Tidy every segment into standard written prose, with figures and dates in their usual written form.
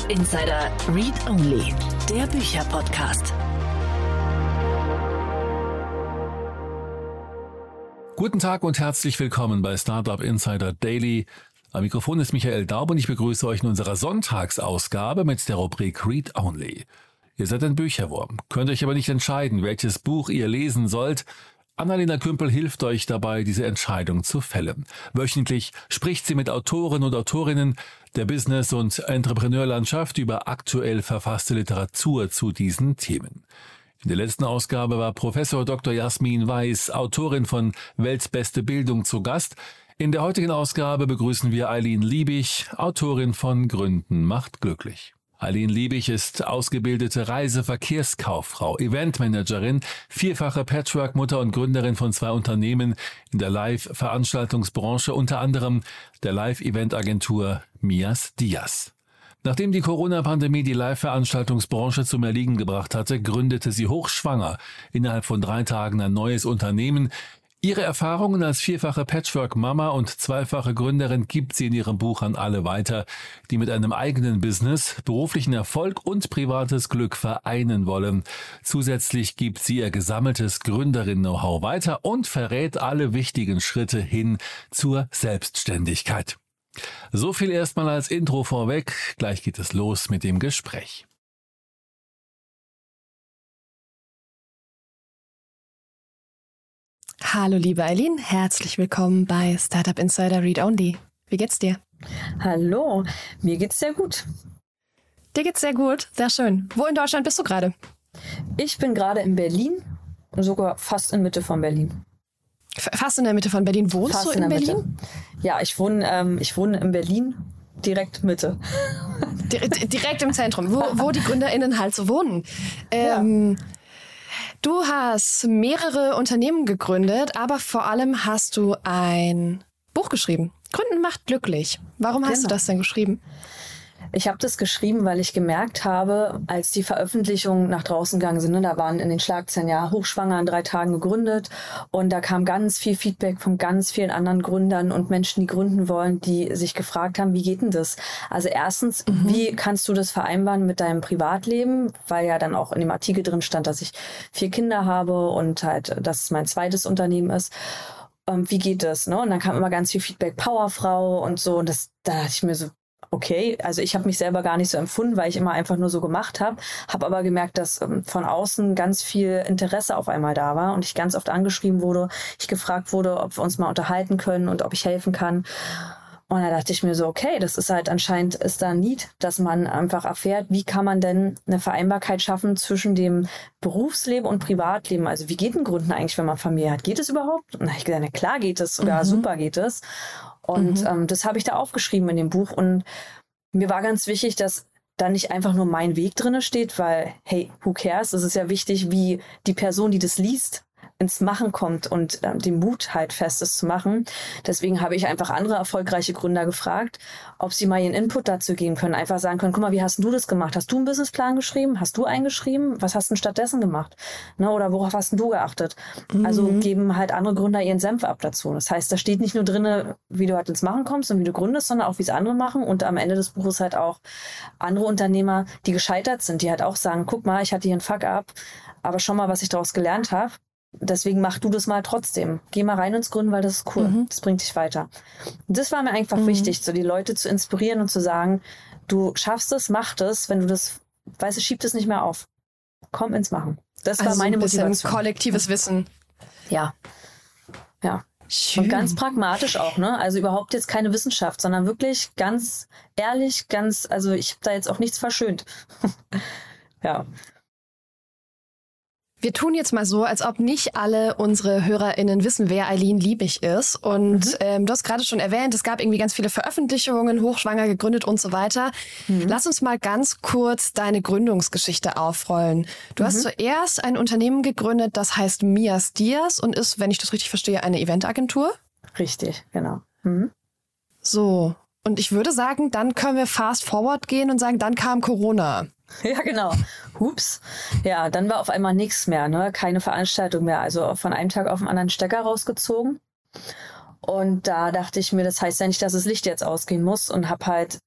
Startup Insider Read Only, der Bücherpodcast. Guten Tag und herzlich willkommen bei Startup Insider Daily. Am Mikrofon ist Michael Daub und ich begrüße euch in unserer Sonntagsausgabe mit der Rubrik Read Only. Ihr seid ein Bücherwurm, könnt euch aber nicht entscheiden, welches Buch ihr lesen sollt. Annalena Kümpel hilft euch dabei, diese Entscheidung zu fällen. Wöchentlich spricht sie mit Autoren und Autorinnen der Business- und Entrepreneurlandschaft über aktuell verfasste Literatur zu diesen Themen. In der letzten Ausgabe war Professor Dr. Jasmin Weiß, Autorin von Weltbeste Bildung, zu Gast. In der heutigen Ausgabe begrüßen wir Eileen Liebig, Autorin von Gründen macht glücklich. Eileen Liebig ist ausgebildete Reiseverkehrskauffrau, Eventmanagerin, vierfache Patchwork-Mutter und Gründerin von 2 Unternehmen in der Live-Veranstaltungsbranche, unter anderem der Live-Event-Agentur Mias Diaz. Nachdem die Corona-Pandemie die Live-Veranstaltungsbranche zum Erliegen gebracht hatte, gründete sie hochschwanger innerhalb von 3 Tagen ein neues Unternehmen. Ihre Erfahrungen als vierfache Patchwork-Mama und zweifache Gründerin gibt sie in ihrem Buch an alle weiter, die mit einem eigenen Business beruflichen Erfolg und privates Glück vereinen wollen. Zusätzlich gibt sie ihr gesammeltes Gründerin-Know-how weiter und verrät alle wichtigen Schritte hin zur Selbstständigkeit. So viel erstmal als Intro vorweg. Gleich geht es los mit dem Gespräch. Hallo liebe Eileen, herzlich willkommen bei Startup Insider Read Only. Wie geht's dir? Hallo, mir geht's sehr gut. Dir geht's sehr gut, sehr schön. Wo in Deutschland bist du gerade? Ich bin gerade in Berlin, sogar fast in Mitte von Berlin. Fast in der Mitte von Berlin. Wohnst fast du in Berlin? Mitte. Ja, ich wohne in Berlin, direkt Mitte. Direkt im Zentrum, wo die GründerInnen halt so wohnen. Du hast mehrere Unternehmen gegründet, aber vor allem hast du ein Buch geschrieben. Gründen macht glücklich. Warum hast du das denn geschrieben? Ich habe das geschrieben, weil ich gemerkt habe, als die Veröffentlichungen nach draußen gegangen sind, da waren in den Schlagzeilen ja hochschwanger in 3 Tagen gegründet und da kam ganz viel Feedback von ganz vielen anderen Gründern und Menschen, die gründen wollen, die sich gefragt haben, wie geht denn das? Also erstens, wie kannst du das vereinbaren mit deinem Privatleben? Weil ja dann auch in dem Artikel drin stand, dass ich 4 Kinder habe und halt, dass es mein zweites Unternehmen ist. Wie geht das? Ne? Und dann kam immer ganz viel Feedback, Powerfrau und so. Und da dachte ich mir so, okay, also ich habe mich selber gar nicht so empfunden, weil ich immer einfach nur so gemacht habe aber gemerkt, dass von außen ganz viel Interesse auf einmal da war und ich ganz oft angeschrieben wurde, ich gefragt wurde, ob wir uns mal unterhalten können und ob ich helfen kann. Und da dachte ich mir so, okay, das ist halt anscheinend ist da ein Need, dass man einfach erfährt, wie kann man denn eine Vereinbarkeit schaffen zwischen dem Berufsleben und Privatleben. Also wie geht ein Gründen eigentlich, wenn man Familie hat? Geht es überhaupt? Und da habe ich gesagt, na klar geht es, sogar super geht es. Und das habe ich da aufgeschrieben in dem Buch. Und mir war ganz wichtig, dass da nicht einfach nur mein Weg drin steht, weil, hey, who cares? Es ist ja wichtig, wie die Person, die das liest, ins Machen kommt und den Mut halt Festes zu machen. Deswegen habe ich einfach andere erfolgreiche Gründer gefragt, ob sie mal ihren Input dazu geben können. Einfach sagen können, guck mal, wie hast du das gemacht? Hast du einen Businessplan geschrieben? Hast du einen geschrieben? Was hast du stattdessen gemacht? Ne, oder worauf hast du geachtet? Also geben halt andere Gründer ihren Senf ab dazu. Das heißt, da steht nicht nur drin, wie du halt ins Machen kommst und wie du gründest, sondern auch, wie es andere machen. Und am Ende des Buches halt auch andere Unternehmer, die gescheitert sind, die halt auch sagen, guck mal, ich hatte hier einen Fuck-up, aber schau mal, was ich daraus gelernt habe. Deswegen mach du das mal trotzdem. Geh mal rein ins Gründen, weil das ist cool. Das bringt dich weiter. Und das war mir einfach wichtig, so die Leute zu inspirieren und zu sagen, du schaffst es, mach das, wenn du das, weißt du, schieb das nicht mehr auf. Komm ins Machen. Das war meine Motivation. Ein bisschen kollektives Wissen. Ja. Ja. Schön. Und ganz pragmatisch auch, ne? Also überhaupt jetzt keine Wissenschaft, sondern wirklich ganz ehrlich, also ich habe da jetzt auch nichts verschönt. Ja. Wir tun jetzt mal so, als ob nicht alle unsere HörerInnen wissen, wer Eileen Liebig ist. Und du hast gerade schon erwähnt, es gab irgendwie ganz viele Veröffentlichungen, hochschwanger gegründet und so weiter. Lass uns mal ganz kurz deine Gründungsgeschichte aufrollen. Du hast zuerst ein Unternehmen gegründet, das heißt Mias Diaz und ist, wenn ich das richtig verstehe, eine Eventagentur. Richtig, genau. So, und ich würde sagen, dann können wir fast forward gehen und sagen, dann kam Corona. Ja, genau. Hups. Ja, dann war auf einmal nichts mehr, ne? Keine Veranstaltung mehr. Also von einem Tag auf den anderen Stecker rausgezogen. Und da dachte ich mir, das heißt ja nicht, dass das Licht jetzt ausgehen muss und habe halt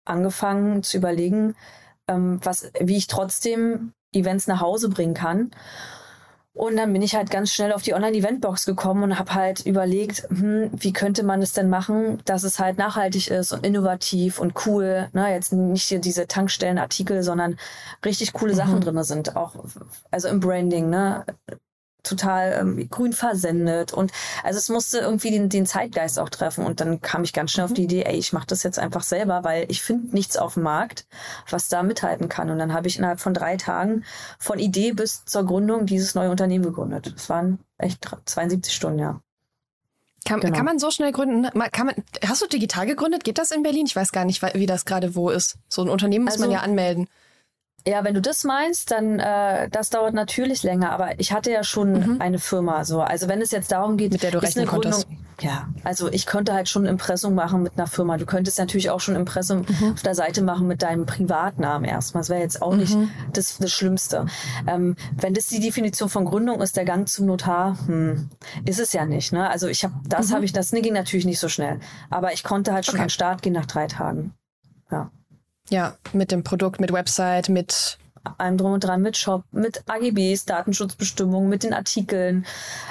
angefangen zu überlegen, wie ich trotzdem Events nach Hause bringen kann. Und dann bin ich halt ganz schnell auf die Online-Event-Box gekommen und habe halt überlegt, wie könnte man es denn machen, dass es halt nachhaltig ist und innovativ und cool. Ne? Jetzt nicht hier diese Tankstellenartikel, sondern richtig coole Sachen drin sind. Auch also im Branding, ne? Total grün versendet. Und also es musste irgendwie den Zeitgeist auch treffen. Und dann kam ich ganz schnell auf die Idee, ich mache das jetzt einfach selber, weil ich finde nichts auf dem Markt, was da mithalten kann. Und dann habe ich innerhalb von 3 Tagen von Idee bis zur Gründung dieses neue Unternehmen gegründet. Das waren echt 72 Stunden, ja. Kann man so schnell gründen? Hast du digital gegründet? Geht das in Berlin? Ich weiß gar nicht, wie das gerade wo ist. So ein Unternehmen muss man ja anmelden. Ja, wenn du das meinst, dann das dauert natürlich länger, aber ich hatte ja schon eine Firma. So. Also wenn es jetzt darum geht, mit der du rechnen konntest. Ja, also ich konnte halt schon ein Impressum machen mit einer Firma. Du könntest natürlich auch schon ein Impressum auf der Seite machen mit deinem Privatnamen erstmal. Das wäre jetzt auch nicht das Schlimmste. Wenn das die Definition von Gründung ist, der Gang zum Notar, ist es ja nicht. Ne? Also das ging natürlich nicht so schnell. Aber ich konnte halt schon an den Start gehen nach 3 Tagen. Ja. Ja, mit dem Produkt, mit Website, mit allem drum und dran, mit Shop, mit AGBs, Datenschutzbestimmungen, mit den Artikeln,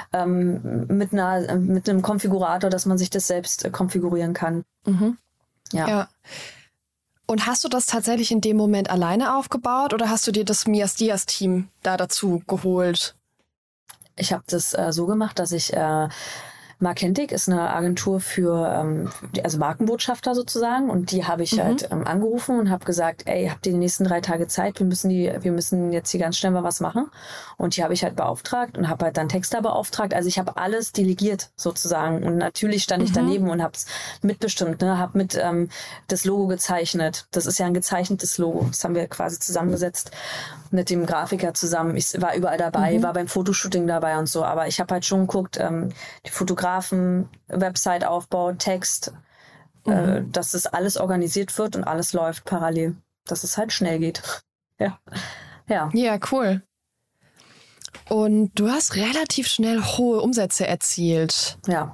mit einem Konfigurator, dass man sich das selbst konfigurieren kann. Ja. Und hast du das tatsächlich in dem Moment alleine aufgebaut oder hast du dir das Mias Diaz Team da dazu geholt? Ich habe das so gemacht, dass ich Markentic ist eine Agentur für also Markenbotschafter sozusagen, und die habe ich halt angerufen und habe gesagt, habt ihr die nächsten 3 Tage Zeit, wir müssen jetzt hier ganz schnell mal was machen, und die habe ich halt beauftragt und habe halt dann Texter beauftragt, also ich habe alles delegiert sozusagen, und natürlich stand ich daneben und habe es mitbestimmt, ne? Habe mit das Logo gezeichnet, das ist ja ein gezeichnetes Logo, das haben wir quasi zusammengesetzt mit dem Grafiker zusammen, ich war überall dabei, war beim Fotoshooting dabei und so, aber ich habe halt schon geguckt, die Fotografen, Website-Aufbau, Text, dass das alles organisiert wird und alles läuft parallel, dass es halt schnell geht. Ja, cool. Und du hast relativ schnell hohe Umsätze erzielt. Ja.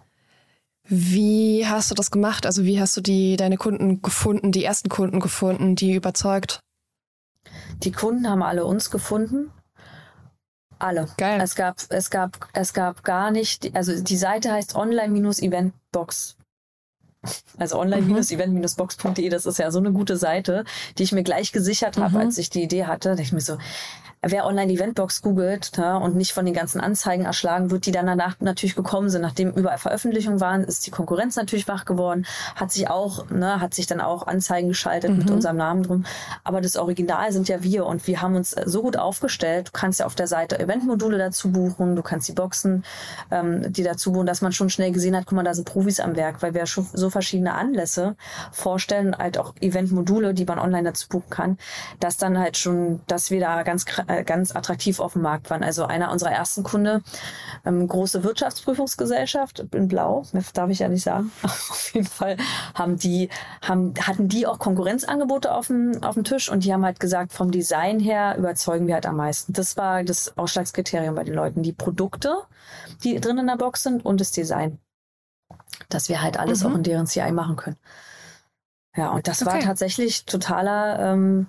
Wie hast du das gemacht? Also wie hast du deine Kunden gefunden, die ersten Kunden gefunden, die überzeugt? Die Kunden haben alle uns gefunden. Alle. Geil. Es gab gar nicht, also die Seite heißt online-eventbox. Also online-event-box.de, das ist ja so eine gute Seite, die ich mir gleich gesichert habe, als ich die Idee hatte. Da dachte ich mir so, wer Online-Eventbox googelt, ne, und nicht von den ganzen Anzeigen erschlagen wird, die dann danach natürlich gekommen sind, nachdem überall Veröffentlichungen waren, ist die Konkurrenz natürlich wach geworden, hat sich dann auch Anzeigen geschaltet mit unserem Namen drum. Aber das Original sind ja wir, und wir haben uns so gut aufgestellt. Du kannst ja auf der Seite Eventmodule dazu buchen, du kannst die Boxen, die dazu buchen, dass man schon schnell gesehen hat, guck mal, da sind Profis am Werk, weil wir schon so verschiedene Anlässe vorstellen, halt auch Eventmodule, die man online dazu buchen kann, dass dann halt schon, dass wir da ganz attraktiv auf dem Markt waren. Also einer unserer ersten Kunde, große Wirtschaftsprüfungsgesellschaft in Blau, darf ich ja nicht sagen. Auf jeden Fall hatten die auch Konkurrenzangebote auf dem Tisch, und die haben halt gesagt, vom Design her überzeugen wir halt am meisten. Das war das Ausschlagskriterium bei den Leuten. Die Produkte, die drin in der Box sind, und das Design. Dass wir halt alles auch in deren CI machen können. Ja, und das war tatsächlich totale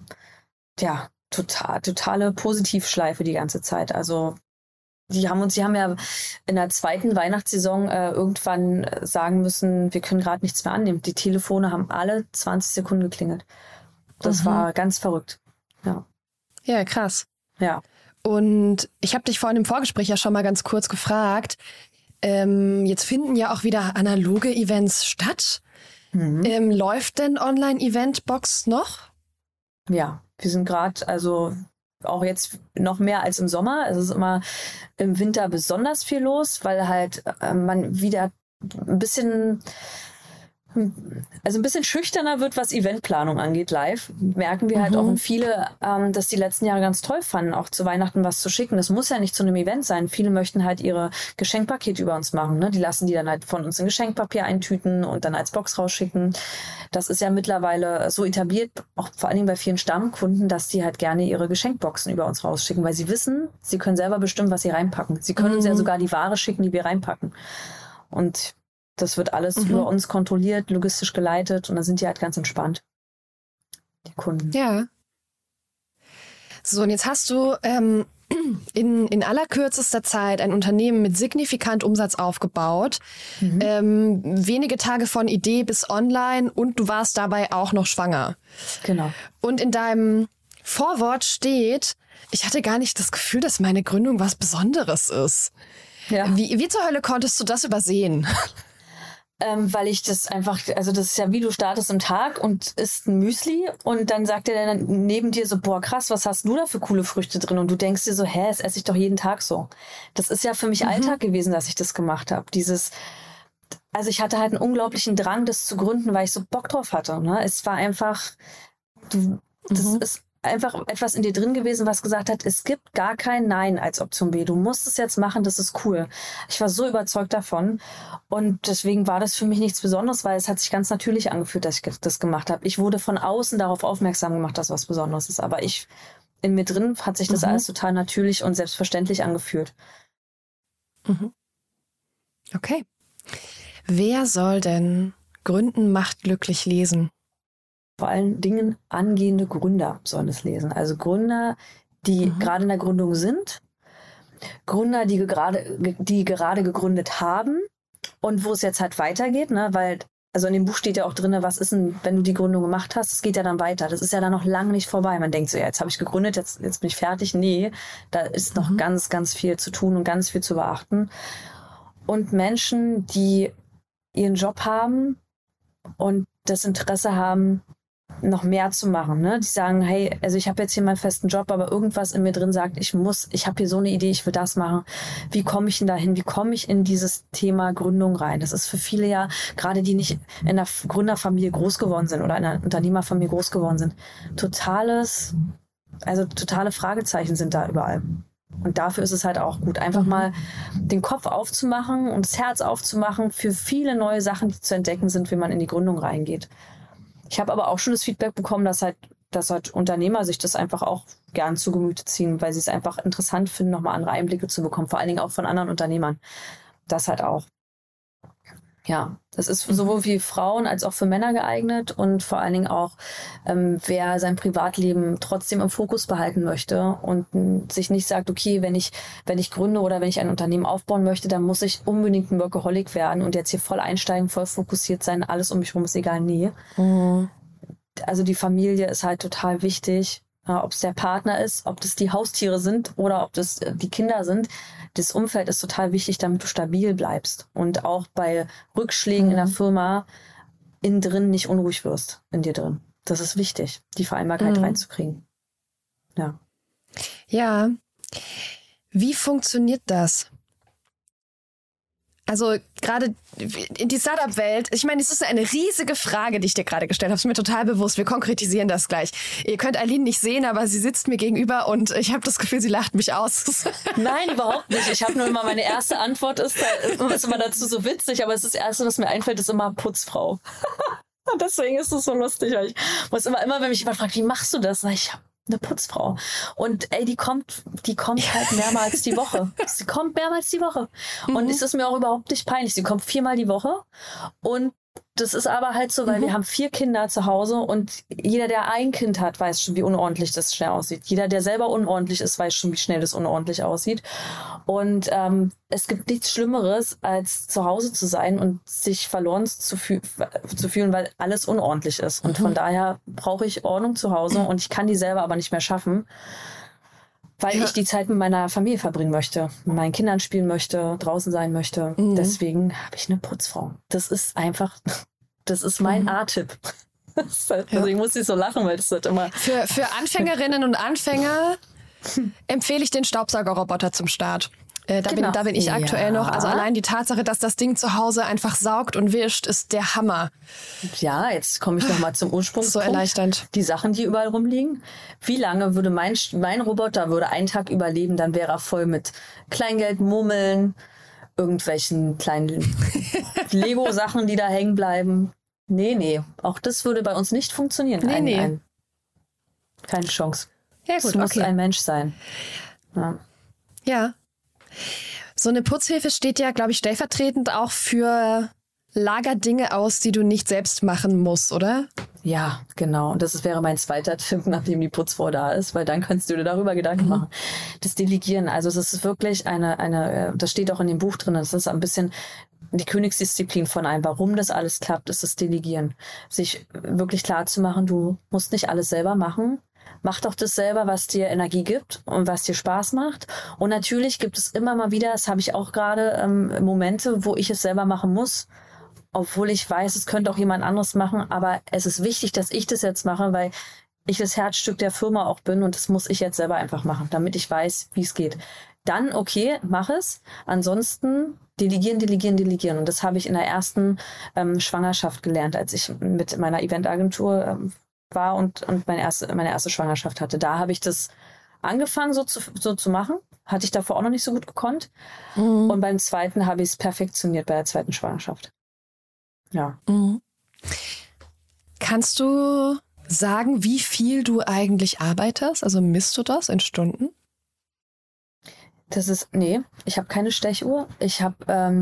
Positivschleife die ganze Zeit. Also sie haben ja in der zweiten Weihnachtssaison irgendwann sagen müssen, wir können gerade nichts mehr annehmen. Die Telefone haben alle 20 Sekunden geklingelt. Das war ganz verrückt. Ja, krass. Ja. Und ich habe dich vorhin im Vorgespräch ja schon mal ganz kurz gefragt, jetzt finden ja auch wieder analoge Events statt. Läuft denn Online-Eventbox noch? Ja, wir sind gerade, also auch jetzt noch mehr als im Sommer. Es ist immer im Winter besonders viel los, weil halt man wieder ein bisschen schüchterner wird, was Eventplanung angeht, live. Merken wir halt auch, und viele das die letzten Jahre ganz toll fanden, auch zu Weihnachten was zu schicken. Das muss ja nicht zu einem Event sein. Viele möchten halt ihre Geschenkpakete über uns machen. Ne? Die lassen die dann halt von uns in Geschenkpapier eintüten und dann als Box rausschicken. Das ist ja mittlerweile so etabliert, auch vor allen Dingen bei vielen Stammkunden, dass die halt gerne ihre Geschenkboxen über uns rausschicken, weil sie wissen, sie können selber bestimmen, was sie reinpacken. Sie können uns ja sogar die Ware schicken, die wir reinpacken. Und das wird alles über uns kontrolliert, logistisch geleitet, und dann sind die halt ganz entspannt. die Kunden. Ja. So, und jetzt hast du in allerkürzester Zeit ein Unternehmen mit signifikant Umsatz aufgebaut. Wenige Tage von Idee bis online und du warst dabei auch noch schwanger. Genau. Und in deinem Vorwort steht, ich hatte gar nicht das Gefühl, dass meine Gründung was Besonderes ist. Ja. Wie zur Hölle konntest du das übersehen? Weil ich das einfach, also das ist ja wie du startest am Tag und isst ein Müsli und dann sagt der dann neben dir so, boah krass, was hast du da für coole Früchte drin? Und du denkst dir so, das esse ich doch jeden Tag so. Das ist ja für mich Alltag gewesen, dass ich das gemacht habe. Also ich hatte halt einen unglaublichen Drang, das zu gründen, weil ich so Bock drauf hatte. Ne? Es war einfach, das ist einfach etwas in dir drin gewesen, was gesagt hat, es gibt gar kein Nein als Option B. Du musst es jetzt machen, das ist cool. Ich war so überzeugt davon und deswegen war das für mich nichts Besonderes, weil es hat sich ganz natürlich angefühlt, dass ich das gemacht habe. Ich wurde von außen darauf aufmerksam gemacht, dass was Besonderes ist, aber in mir drin hat sich das alles total natürlich und selbstverständlich angefühlt. Okay. Wer soll denn Gründen macht glücklich lesen? Vor allen Dingen angehende Gründer sollen es lesen. Also Gründer, die gerade in der Gründung sind, Gründer, die gerade gegründet haben und wo es jetzt halt weitergeht, ne? Weil, also in dem Buch steht ja auch drin, was ist denn, wenn du die Gründung gemacht hast, es geht ja dann weiter. Das ist ja dann noch lange nicht vorbei. Man denkt so, ja, jetzt habe ich gegründet, jetzt bin ich fertig. Nee, da ist noch ganz, ganz viel zu tun und ganz viel zu beachten. Und Menschen, die ihren Job haben und das Interesse haben, noch mehr zu machen, ne? Die sagen, hey, also ich habe jetzt hier meinen festen Job, aber irgendwas in mir drin sagt, ich habe hier so eine Idee, ich will das machen. Wie komme ich denn dahin? Wie komme ich in dieses Thema Gründung rein? Das ist für viele ja, gerade die nicht in einer Gründerfamilie groß geworden sind oder in einer Unternehmerfamilie groß geworden sind, totale Fragezeichen sind da überall. Und dafür ist es halt auch gut, einfach mal den Kopf aufzumachen und das Herz aufzumachen für viele neue Sachen, die zu entdecken sind, wie man in die Gründung reingeht. Ich habe aber auch schon das Feedback bekommen, dass halt Unternehmer sich das einfach auch gern zu Gemüte ziehen, weil sie es einfach interessant finden, nochmal andere Einblicke zu bekommen, vor allen Dingen auch von anderen Unternehmern. Das halt auch. Ja, das ist sowohl für Frauen als auch für Männer geeignet und vor allen Dingen auch, wer sein Privatleben trotzdem im Fokus behalten möchte und sich nicht sagt, okay, wenn ich gründe oder wenn ich ein Unternehmen aufbauen möchte, dann muss ich unbedingt ein Workaholic werden und jetzt hier voll einsteigen, voll fokussiert sein, alles um mich rum ist egal. Nee. Also die Familie ist halt total wichtig. Ob es der Partner ist, ob das die Haustiere sind oder ob das die Kinder sind. Das Umfeld ist total wichtig, damit du stabil bleibst und auch bei Rückschlägen in der Firma innen drin nicht unruhig wirst, in dir drin. Das ist wichtig, die Vereinbarkeit reinzukriegen. Ja. Ja. Wie funktioniert das? Also gerade in die Startup-Welt, ich meine, es ist eine riesige Frage, die ich dir gerade gestellt habe. Das ist mir total bewusst. Wir konkretisieren das gleich. Ihr könnt Aline nicht sehen, aber sie sitzt mir gegenüber und ich habe das Gefühl, sie lacht mich aus. Nein, überhaupt nicht. Ich habe nur immer, meine erste Antwort ist immer dazu so witzig, aber das Erste, was mir einfällt, ist immer Putzfrau. Und deswegen ist es so lustig. Ich muss immer, wenn mich jemand fragt, wie machst du das? Sag ich, eine Putzfrau. Und die kommt halt mehrmals die Woche. Sie kommt mehrmals die Woche. Und es ist mir auch überhaupt nicht peinlich. Sie kommt 4-mal die Woche. Und das ist aber halt so, weil wir haben 4 Kinder zu Hause und jeder, der ein Kind hat, weiß schon, wie unordentlich das schnell aussieht. Jeder, der selber unordentlich ist, weiß schon, wie schnell das unordentlich aussieht. Und es gibt nichts Schlimmeres, als zu Hause zu sein und sich verloren zu fühlen, weil alles unordentlich ist. Und von daher brauche ich Ordnung zu Hause und ich kann die selber aber nicht mehr schaffen, weil ich die Zeit mit meiner Familie verbringen möchte, mit meinen Kindern spielen möchte, draußen sein möchte. Deswegen habe ich eine Putzfrau. Das ist mein A-Tipp. Also ich muss nicht so lachen, weil das wird immer... Für Anfängerinnen und Anfänger empfehle ich den Staubsaugerroboter zum Start. Da bin ich aktuell noch. Also allein die Tatsache, dass das Ding zu Hause einfach saugt und wischt, ist der Hammer. Ja, jetzt komme ich nochmal zum Ursprungspunkt. So erleichternd. Die Sachen, die überall rumliegen. Wie lange würde mein Roboter würde einen Tag überleben, dann wäre er voll mit Kleingeld, Murmeln, irgendwelchen kleinen Lego-Sachen, die da hängen bleiben. Nee. Auch das würde bei uns nicht funktionieren. Keine Chance. Ja, gut, es muss ein Mensch sein. Ja. So eine Putzhilfe steht ja, glaube ich, stellvertretend auch für Lagerdinge aus, die du nicht selbst machen musst, oder? Ja, genau. Und wäre mein zweiter Tipp, nachdem die Putzfrau da ist, weil dann kannst du dir darüber Gedanken machen. Das Delegieren, also es ist wirklich das steht auch in dem Buch drin, das ist ein bisschen die Königsdisziplin von einem. Warum das alles klappt, ist das Delegieren. Sich wirklich klar zu machen, du musst nicht alles selber machen. Mach doch das selber, was dir Energie gibt und was dir Spaß macht. Und natürlich gibt es immer mal wieder, das habe ich auch gerade, Momente, wo ich es selber machen muss, obwohl ich weiß, es könnte auch jemand anderes machen. Aber es ist wichtig, dass ich das jetzt mache, weil ich das Herzstück der Firma auch bin und das muss ich jetzt selber einfach machen, damit ich weiß, wie es geht. Dann, okay, mach es. Ansonsten delegieren. Und das habe ich in der ersten Schwangerschaft gelernt, als ich mit meiner Eventagentur war und meine erste Schwangerschaft hatte. Da habe ich das angefangen so zu machen. Hatte ich davor auch noch nicht so gut gekonnt. Und beim zweiten habe ich es perfektioniert bei der zweiten Schwangerschaft. Ja. Kannst du sagen, wie viel du eigentlich arbeitest? Also misst du das in Stunden? Nee, ich habe keine Stechuhr. Ich habe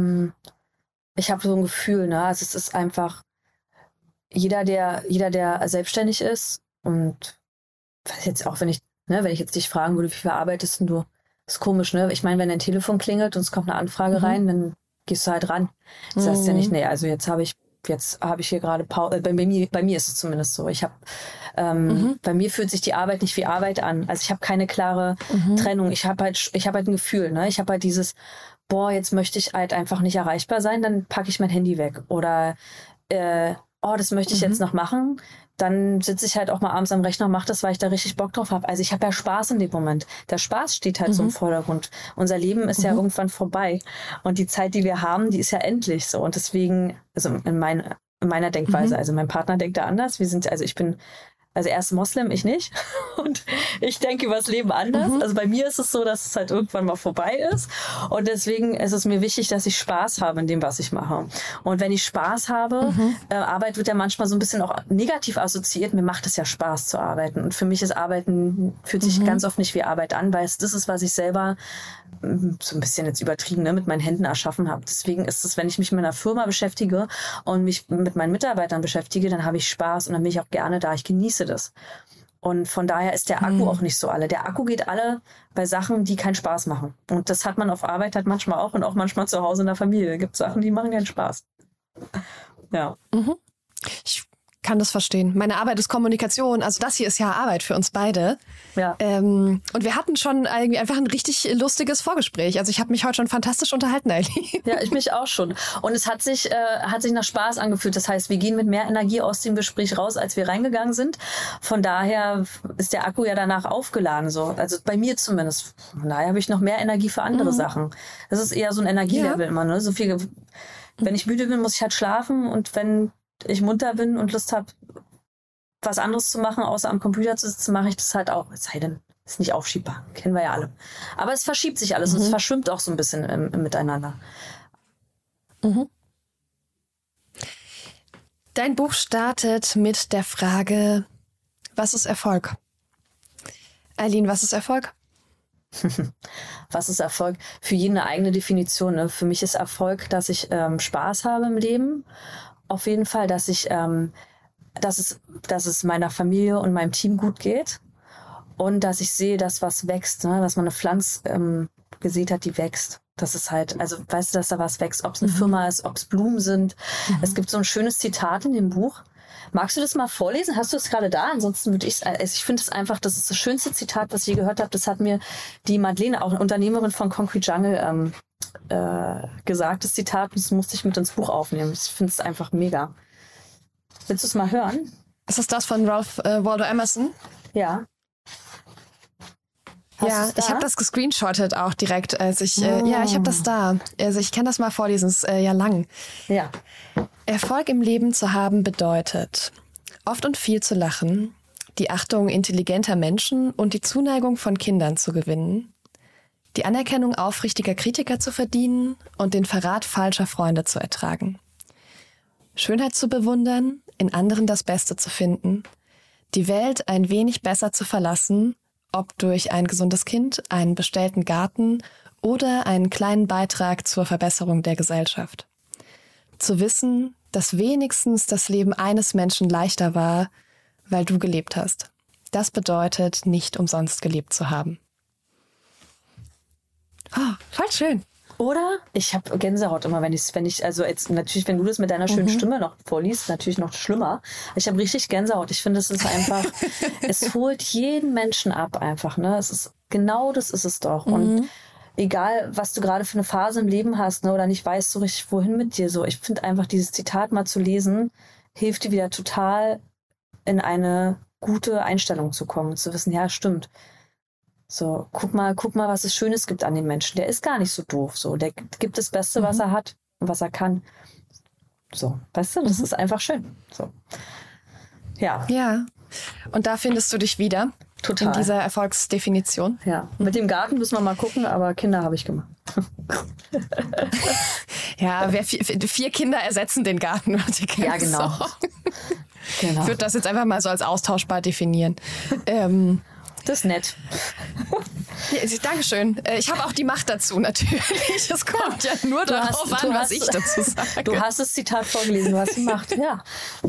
so ein Gefühl, ne? Also es ist einfach, jeder, der selbstständig ist und jetzt auch, wenn ich jetzt dich fragen würde, wie viel arbeitest denn du? Ist komisch, ne? Ich meine, wenn dein Telefon klingelt und es kommt eine Anfrage rein, dann gehst du halt ran. Das heißt ja nicht, nee, also jetzt habe ich hier gerade Pause. Bei mir ist es zumindest so. Bei mir fühlt sich die Arbeit nicht wie Arbeit an. Also ich habe keine klare Trennung. Ich habe halt ein Gefühl, ne? Ich habe halt dieses, jetzt möchte ich halt einfach nicht erreichbar sein, dann packe ich mein Handy weg. Oder das möchte ich jetzt noch machen. Dann sitze ich halt auch mal abends am Rechner und mache das, weil ich da richtig Bock drauf habe. Also ich habe ja Spaß in dem Moment. Der Spaß steht halt so im Vordergrund. Unser Leben ist ja irgendwann vorbei. Und die Zeit, die wir haben, die ist ja endlich so. Und deswegen, also in meiner Denkweise, also mein Partner denkt da anders. Ich bin er ist Moslem, ich nicht. Und ich denke über das Leben anders. Also bei mir ist es so, dass es halt irgendwann mal vorbei ist. Und deswegen ist es mir wichtig, dass ich Spaß habe in dem, was ich mache. Und wenn ich Spaß habe, Arbeit wird ja manchmal so ein bisschen auch negativ assoziiert. Mir macht es ja Spaß zu arbeiten. Und für mich ist Arbeiten, fühlt sich ganz oft nicht wie Arbeit an, weil das ist, was ich selber so ein bisschen jetzt übertrieben, ne, mit meinen Händen erschaffen habe. Deswegen ist es, wenn ich mich mit einer Firma beschäftige und mich mit meinen Mitarbeitern beschäftige, dann habe ich Spaß und dann bin ich auch gerne da. Ich genieße das. Und von daher ist der Akku auch nicht so alle. Der Akku geht alle bei Sachen, die keinen Spaß machen. Und das hat man auf Arbeit halt manchmal auch und auch manchmal zu Hause in der Familie. Es gibt Sachen, die machen keinen Spaß. Ja. Ich kann das verstehen. Meine Arbeit ist Kommunikation. Also das hier ist ja Arbeit für uns beide. Ja. Und wir hatten schon irgendwie einfach ein richtig lustiges Vorgespräch. Also ich habe mich heute schon fantastisch unterhalten, Eileen. Ja, ich mich auch schon. Und es hat sich nach Spaß angefühlt. Das heißt, wir gehen mit mehr Energie aus dem Gespräch raus, als wir reingegangen sind. Von daher ist der Akku ja danach aufgeladen. So. Also bei mir zumindest. Von daher habe ich noch mehr Energie für andere Sachen. Das ist eher so ein Energielevel immer. Ne? So viel, wenn ich müde bin, muss ich halt schlafen. Und wenn ich munter bin und Lust habe, was anderes zu machen, außer am Computer zu sitzen, mache ich das halt auch. Es sei denn, es ist nicht aufschiebbar. Kennen wir ja alle. Aber es verschiebt sich alles und es verschwimmt auch so ein bisschen im Miteinander. Dein Buch startet mit der Frage, was ist Erfolg? Eileen, was ist Erfolg? Was ist Erfolg? Für jeden eine eigene Definition. Ne? Für mich ist Erfolg, dass ich Spaß habe im Leben. Auf jeden Fall, dass es meiner Familie und meinem Team gut geht und dass ich sehe, dass was wächst, ne? Dass man eine Pflanze gesät hat, die wächst. Das ist halt, also weißt du, dass da was wächst, ob es eine Firma ist, ob es Blumen sind. Es gibt so ein schönes Zitat in dem Buch. Magst du das mal vorlesen? Hast du es gerade da? Ansonsten würde ich finde es einfach, das ist das schönste Zitat, was ich je gehört habe. Das hat mir die Madeleine, auch eine Unternehmerin von Concrete Jungle, gesagt, das Zitat, das musste ich mit ins Buch aufnehmen. Ich finde es einfach mega. Willst du es mal hören? Ist das von Ralph Waldo Emerson? Ja. Ich habe das gescreenshottet auch direkt. Als ich habe das da. Also ich kann das mal vorlesen, es ist ja lang. Ja. Erfolg im Leben zu haben bedeutet, oft und viel zu lachen, die Achtung intelligenter Menschen und die Zuneigung von Kindern zu gewinnen, die Anerkennung aufrichtiger Kritiker zu verdienen und den Verrat falscher Freunde zu ertragen. Schönheit zu bewundern, in anderen das Beste zu finden, die Welt ein wenig besser zu verlassen, ob durch ein gesundes Kind, einen bestellten Garten oder einen kleinen Beitrag zur Verbesserung der Gesellschaft. Zu wissen, dass wenigstens das Leben eines Menschen leichter war, weil du gelebt hast. Das bedeutet, nicht umsonst gelebt zu haben. Oh, voll schön. Oder? Ich habe Gänsehaut immer, wenn ich, also jetzt natürlich, wenn du das mit deiner schönen Stimme noch vorliest, natürlich noch schlimmer. Ich habe richtig Gänsehaut. Ich finde, es ist einfach, es holt jeden Menschen ab einfach, ne? Es ist, genau das ist es doch. Und egal, was du gerade für eine Phase im Leben hast, ne, oder nicht weißt so richtig, wohin mit dir, so. Ich finde einfach, dieses Zitat mal zu lesen, hilft dir wieder total in eine gute Einstellung zu kommen, zu wissen, ja, stimmt. So, guck mal, was es Schönes gibt an dem Menschen. Der ist gar nicht so doof. So, der gibt das Beste, was er hat und was er kann. So, weißt du, das ist einfach schön. So. Ja. Ja. Und da findest du dich wieder. Total. In dieser Erfolgsdefinition. Ja. Mit dem Garten müssen wir mal gucken, aber Kinder habe ich gemacht. Ja, 4 Kinder ersetzen den Garten. Ja, genau. Ich würde das jetzt einfach mal so als austauschbar definieren. Das ist nett. Ja, Dankeschön. Ich habe auch die Macht dazu, natürlich. Es kommt ja nur darauf an, was ich dazu sage. Du hast das Zitat vorgelesen, du hast die Macht, ja.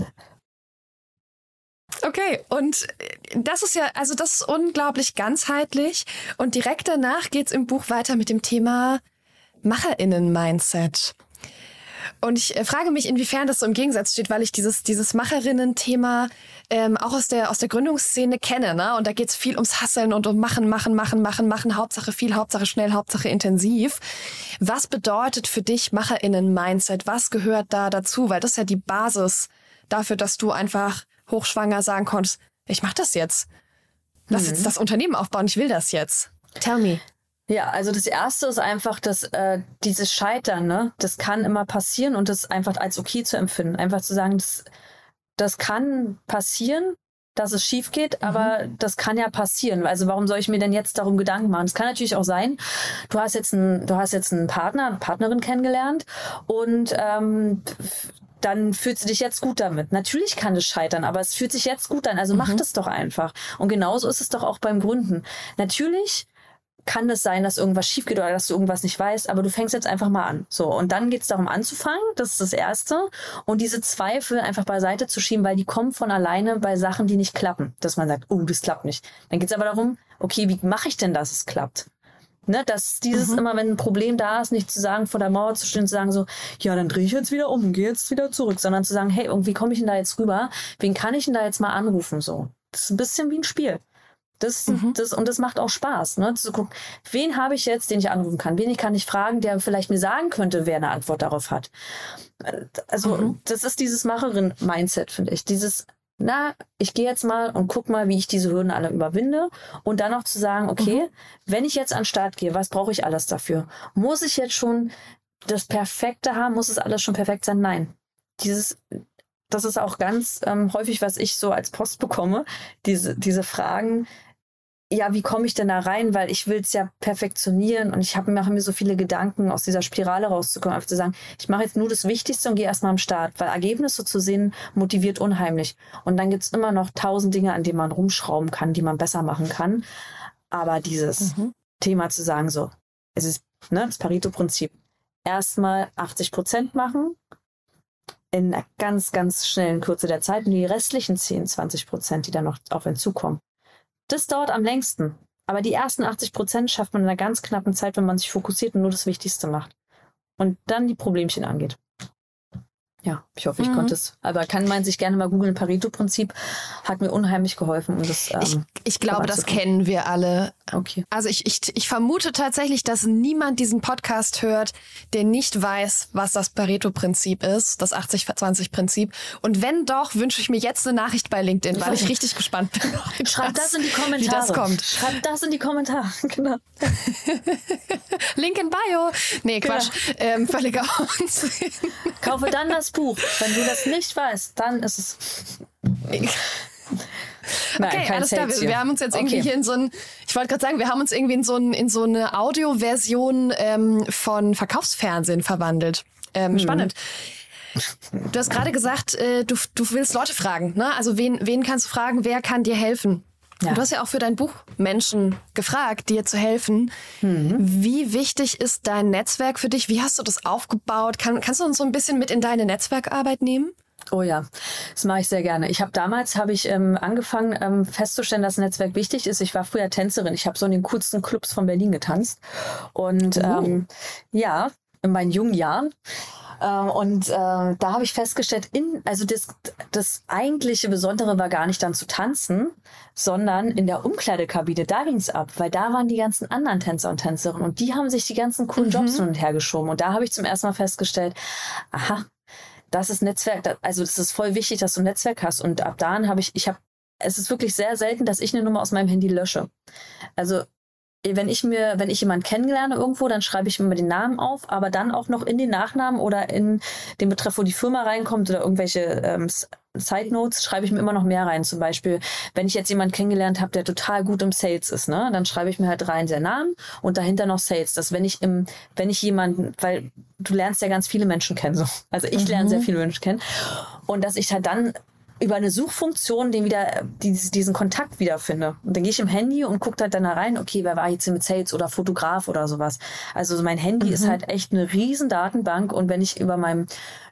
Okay, und das ist ja, also das ist unglaublich ganzheitlich. Und direkt danach geht's im Buch weiter mit dem Thema MacherInnen-Mindset. Und ich frage mich, inwiefern das so im Gegensatz steht, weil ich dieses Macherinnen-Thema auch aus der Gründungsszene kenne, ne? Und da geht's viel ums Hasseln und um Machen, Hauptsache viel, Hauptsache schnell, Hauptsache intensiv. Was bedeutet für dich MacherInnen-Mindset? Was gehört da dazu? Weil das ist ja die Basis dafür, dass du einfach hochschwanger sagen konntest, ich mach das jetzt. Lass jetzt das Unternehmen aufbauen, ich will das jetzt. Tell me. Ja, also das Erste ist einfach, dass dieses Scheitern, ne, das kann immer passieren und das einfach als okay zu empfinden. Einfach zu sagen, das kann passieren, dass es schief geht, aber das kann ja passieren. Also warum soll ich mir denn jetzt darum Gedanken machen? Es kann natürlich auch sein, du hast jetzt einen Partner, eine Partnerin kennengelernt und dann fühlst du dich jetzt gut damit. Natürlich kann es scheitern, aber es fühlt sich jetzt gut an. Also mach das doch einfach. Und genauso ist es doch auch beim Gründen. Natürlich kann es sein, dass irgendwas schief geht oder dass du irgendwas nicht weißt, aber du fängst jetzt einfach mal an. So, und dann geht es darum anzufangen, das ist das Erste. Und diese Zweifel einfach beiseite zu schieben, weil die kommen von alleine bei Sachen, die nicht klappen. Dass man sagt, oh, das klappt nicht. Dann geht es aber darum, okay, wie mache ich denn, dass es klappt? Ne, dass dieses immer, wenn ein Problem da ist, nicht zu sagen, vor der Mauer zu stehen und zu sagen so, ja, dann drehe ich jetzt wieder um, gehe jetzt wieder zurück, sondern zu sagen, hey, irgendwie komme ich denn da jetzt rüber? Wen kann ich denn da jetzt mal anrufen? So, das ist ein bisschen wie ein Spiel. Und das macht auch Spaß, ne? Zu gucken, wen habe ich jetzt, den ich anrufen kann? Wen kann ich fragen, der vielleicht mir sagen könnte, wer eine Antwort darauf hat? Also, das ist dieses Macherin-Mindset, finde ich. Dieses, ich gehe jetzt mal und guck mal, wie ich diese Hürden alle überwinde. Und dann auch zu sagen, okay, wenn ich jetzt an den Start gehe, was brauche ich alles dafür? Muss ich jetzt schon das Perfekte haben? Muss es alles schon perfekt sein? Nein. Das ist auch ganz häufig, was ich so als Post bekomme, diese Fragen, ja, wie komme ich denn da rein? Weil ich will es ja perfektionieren und ich mache mir so viele Gedanken, aus dieser Spirale rauszukommen, einfach zu sagen, ich mache jetzt nur das Wichtigste und gehe erstmal am Start, weil Ergebnisse zu sehen motiviert unheimlich. Und dann gibt es immer noch 1000 Dinge, an denen man rumschrauben kann, die man besser machen kann. Aber dieses Thema zu sagen, so, es ist das Pareto-Prinzip, erstmal 80% machen, in einer ganz, ganz schnellen Kürze der Zeit und die restlichen 10-20%, die dann noch auf einen zukommen. Das dauert am längsten. Aber die ersten 80% schafft man in einer ganz knappen Zeit, wenn man sich fokussiert und nur das Wichtigste macht. Und dann die Problemchen angeht. Ja, ich hoffe, ich konnte es. Aber kann man sich gerne mal googeln. Pareto-Prinzip hat mir unheimlich geholfen. Um das, ich glaube, das kennen wir alle. Okay. Also ich vermute tatsächlich, dass niemand diesen Podcast hört, der nicht weiß, was das Pareto-Prinzip ist, das 80-20-Prinzip. Und wenn doch, wünsche ich mir jetzt eine Nachricht bei LinkedIn, weil ich richtig gespannt bin. Schreibt das in die Kommentare. Wie das kommt. Schreibt das in die Kommentare, genau. Link in Bio. Nee, Quatsch. Ja. Völliger Unsinn. Kaufe dann das Buch. Wenn du das nicht weißt, dann ist es... Nein, okay, alles klar. Wir haben uns jetzt irgendwie hier in so ein, ich wollte gerade sagen, wir haben uns irgendwie in so eine Audioversion von Verkaufsfernsehen verwandelt. Spannend. Du hast gerade gesagt, du willst Leute fragen, ne? Also wen kannst du fragen, wer kann dir helfen? Ja. Du hast ja auch für dein Buch Menschen gefragt, dir zu helfen. Wie wichtig ist dein Netzwerk für dich? Wie hast du das aufgebaut? Kannst du uns so ein bisschen mit in deine Netzwerkarbeit nehmen? Oh ja, das mache ich sehr gerne. Damals habe ich angefangen festzustellen, dass Netzwerk wichtig ist. Ich war früher Tänzerin. Ich habe so in den coolsten Clubs von Berlin getanzt. Und ja, in meinen jungen Jahren. Da habe ich festgestellt, das eigentliche Besondere war gar nicht dann zu tanzen, sondern in der Umkleidekabine, da ging's ab, weil da waren die ganzen anderen Tänzer und Tänzerinnen und die haben sich die ganzen coolen Jobs hin und her geschoben. Und da habe ich zum ersten Mal festgestellt, aha, das ist Netzwerk, also das ist voll wichtig, dass du ein Netzwerk hast. Und ab da es ist wirklich sehr selten, dass ich eine Nummer aus meinem Handy lösche. Also wenn ich jemanden kennenlerne irgendwo, dann schreibe ich mir den Namen auf, aber dann auch noch in den Nachnamen oder in den Betreff, wo die Firma reinkommt oder irgendwelche Side Notes, schreibe ich mir immer noch mehr rein. Zum Beispiel, wenn ich jetzt jemanden kennengelernt habe, der total gut im Sales ist, ne, dann schreibe ich mir halt rein seinen Namen und dahinter noch Sales. Dass wenn ich jemanden, weil du lernst ja ganz viele Menschen kennen, so. Also ich lerne sehr viele Menschen kennen und dass ich halt dann über eine Suchfunktion diesen Kontakt wiederfinde. Und dann gehe ich im Handy und gucke halt dann da rein, okay, wer war jetzt hier mit Sales oder Fotograf oder sowas. Also mein Handy ist halt echt eine riesen Datenbank und wenn ich über mein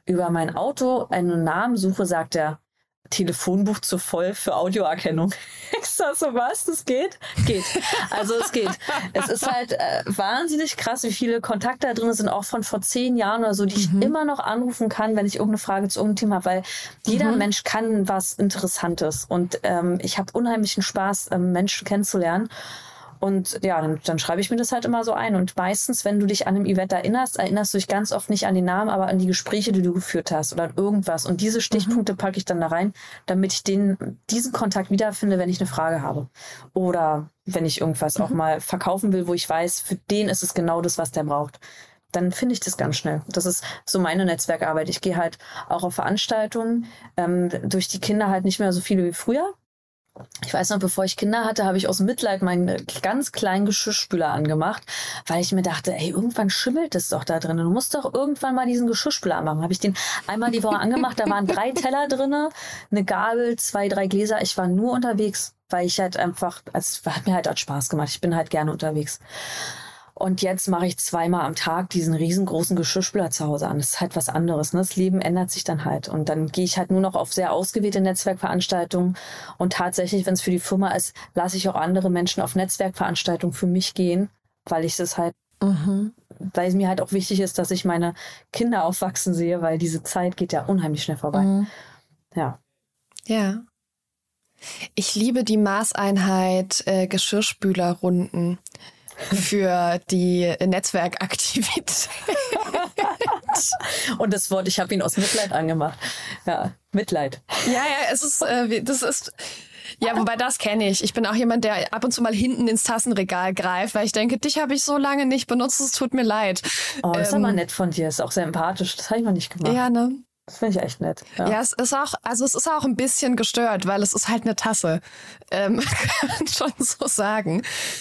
Auto einen Namen suche, sagt er, Telefonbuch zu voll für Audioerkennung. Ich sag so, was? Das geht? Geht. Also es geht. Es ist halt wahnsinnig krass, wie viele Kontakte da drin sind, auch von vor 10 Jahren oder so, die ich immer noch anrufen kann, wenn ich irgendeine Frage zu irgendeinem Thema habe, weil jeder Mensch kann was Interessantes und ich habe unheimlichen Spaß, Menschen kennenzulernen. Und ja, dann schreibe ich mir das halt immer so ein. Und meistens, wenn du dich an einem Event erinnerst du dich ganz oft nicht an den Namen, aber an die Gespräche, die du geführt hast oder an irgendwas. Und diese Stichpunkte packe ich dann da rein, damit ich diesen Kontakt wiederfinde, wenn ich eine Frage habe. Oder wenn ich irgendwas auch mal verkaufen will, wo ich weiß, für den ist es genau das, was der braucht. Dann finde ich das ganz schnell. Das ist so meine Netzwerkarbeit. Ich gehe halt auch auf Veranstaltungen, durch die Kinder halt nicht mehr so viele wie früher. Ich weiß noch, bevor ich Kinder hatte, habe ich aus Mitleid meinen ganz kleinen Geschirrspüler angemacht, weil ich mir dachte, ey, irgendwann schimmelt es doch da drin. Du musst doch irgendwann mal diesen Geschirrspüler anmachen. Habe ich den einmal die Woche angemacht, da waren 3 Teller drin, eine Gabel, 2, 3 Gläser. Ich war nur unterwegs, weil ich halt einfach, es hat mir halt Spaß gemacht. Ich bin halt gerne unterwegs. Und jetzt mache ich 2-mal am Tag diesen riesengroßen Geschirrspüler zu Hause an. Das ist halt was anderes. Ne? Das Leben ändert sich dann halt. Und dann gehe ich halt nur noch auf sehr ausgewählte Netzwerkveranstaltungen. Und tatsächlich, wenn es für die Firma ist, lasse ich auch andere Menschen auf Netzwerkveranstaltungen für mich gehen, weil ich das halt, weil es mir halt auch wichtig ist, dass ich meine Kinder aufwachsen sehe, weil diese Zeit geht ja unheimlich schnell vorbei. Ja. Ja. Ich liebe die Maßeinheit Geschirrspülerrunden für die Netzwerkaktivität. Und das Wort, ich habe ihn aus Mitleid angemacht. Ja, Mitleid. Ja, es ist, das ist, ja, wobei das kenne ich. Ich bin auch jemand, der ab und zu mal hinten ins Tassenregal greift, weil ich denke, dich habe ich so lange nicht benutzt, es tut mir leid. Oh, das ist aber nett von dir, ist auch sehr empathisch. Das habe ich noch nicht gemacht. Ja, ne? Das finde ich echt nett. Ja, es ist auch ein bisschen gestört, weil es ist halt eine Tasse. Kann man schon so sagen.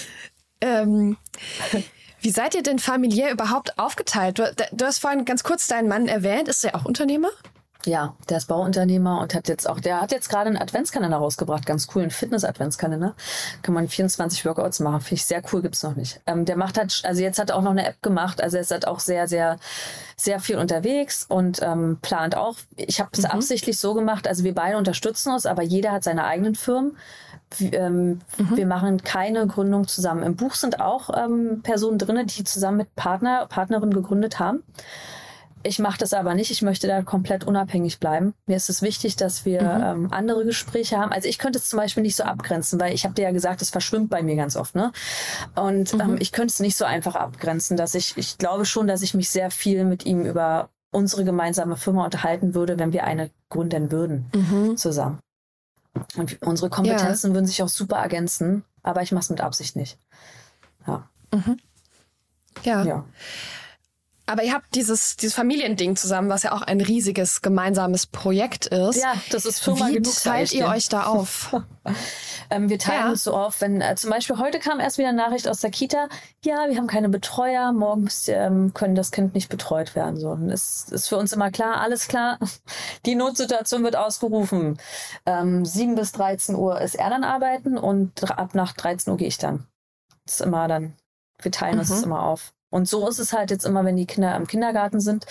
Wie seid ihr denn familiär überhaupt aufgeteilt? Du hast vorhin ganz kurz deinen Mann erwähnt. Ist der auch Unternehmer? Ja, der ist Bauunternehmer und hat jetzt gerade einen Adventskalender rausgebracht. Ganz cool, einen Fitness-Adventskalender. Kann man 24 Workouts machen. Finde ich sehr cool, gibt's noch nicht. Der macht halt, also jetzt hat er auch noch eine App gemacht. Also er ist halt auch sehr, sehr, sehr viel unterwegs und plant auch. Ich habe es absichtlich so gemacht, also wir beide unterstützen uns, aber jeder hat seine eigenen Firmen. Wir machen keine Gründung zusammen. Im Buch sind auch Personen drin, die zusammen mit Partnerin gegründet haben. Ich mache das aber nicht. Ich möchte da komplett unabhängig bleiben. Mir ist es wichtig, dass wir andere Gespräche haben. Also ich könnte es zum Beispiel nicht so abgrenzen, weil ich habe dir ja gesagt, es verschwimmt bei mir ganz oft. Ne? Und ich könnte es nicht so einfach abgrenzen, dass ich glaube schon, dass ich mich sehr viel mit ihm über unsere gemeinsame Firma unterhalten würde, wenn wir eine gründen würden zusammen. Und unsere Kompetenzen würden sich auch super ergänzen, aber ich mache es mit Absicht nicht. Ja. Ja. Aber ihr habt dieses Familiending zusammen, was ja auch ein riesiges gemeinsames Projekt ist. Ja, das ist Firma genug. Wie teilt ihr euch da auf? Wir teilen uns so auf, wenn zum Beispiel heute kam erst wieder eine Nachricht aus der Kita, ja, wir haben keine Betreuer, morgen können das Kind nicht betreut werden. So. Und es ist für uns immer klar, alles klar, die Notsituation wird ausgerufen. 7 bis 13 Uhr ist er dann arbeiten und ab nach 13 Uhr gehe ich dann. Das ist immer dann, wir teilen uns das immer auf. Und so ist es halt jetzt immer, wenn die Kinder im Kindergarten sind.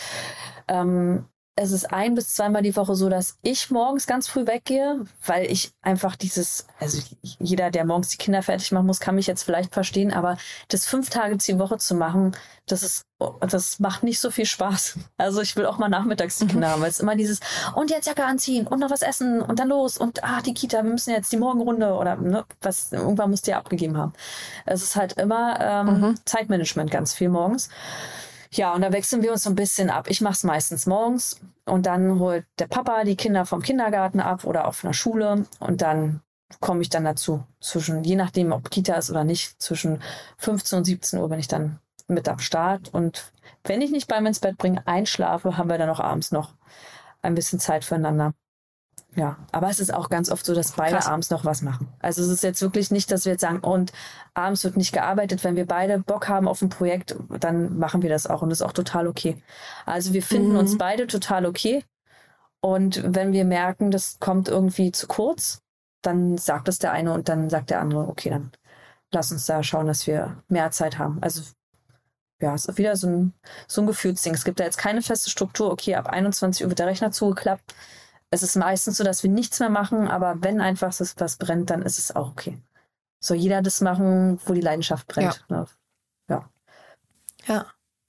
Es ist 1- bis 2-mal die Woche so, dass ich morgens ganz früh weggehe, weil ich einfach also jeder, der morgens die Kinder fertig machen muss, kann mich jetzt vielleicht verstehen, aber das 5 Tage die Woche zu machen, das macht nicht so viel Spaß. Also ich will auch mal nachmittags die Kinder haben, weil es immer dieses, und jetzt Jacke anziehen und noch was essen und dann los und die Kita, wir müssen jetzt die Morgenrunde oder ne, was, irgendwann musst du ja abgegeben haben. Es ist halt immer Zeitmanagement ganz viel morgens. Ja, und da wechseln wir uns so ein bisschen ab. Ich mache es meistens morgens und dann holt der Papa die Kinder vom Kindergarten ab oder auf einer Schule und dann komme ich dann dazu. Je nachdem, ob Kita ist oder nicht, zwischen 15 und 17 Uhr bin ich dann mit am Start. Und wenn ich nicht beim ins Bett bringe, einschlafe, haben wir dann auch abends noch ein bisschen Zeit füreinander. Ja, aber es ist auch ganz oft so, dass beide abends noch was machen. Also es ist jetzt wirklich nicht, dass wir jetzt sagen, und abends wird nicht gearbeitet. Wenn wir beide Bock haben auf ein Projekt, dann machen wir das auch und das ist auch total okay. Also wir finden uns beide total okay. Und wenn wir merken, das kommt irgendwie zu kurz, dann sagt es der eine und dann sagt der andere, okay, dann lass uns da schauen, dass wir mehr Zeit haben. Also ja, es ist wieder so ein Gefühlsding. Es gibt da jetzt keine feste Struktur, okay, ab 21 Uhr wird der Rechner zugeklappt. Es ist meistens so, dass wir nichts mehr machen, aber wenn einfach was brennt, dann ist es auch okay. Soll jeder das machen, wo die Leidenschaft brennt. Ja. Ne? Ja.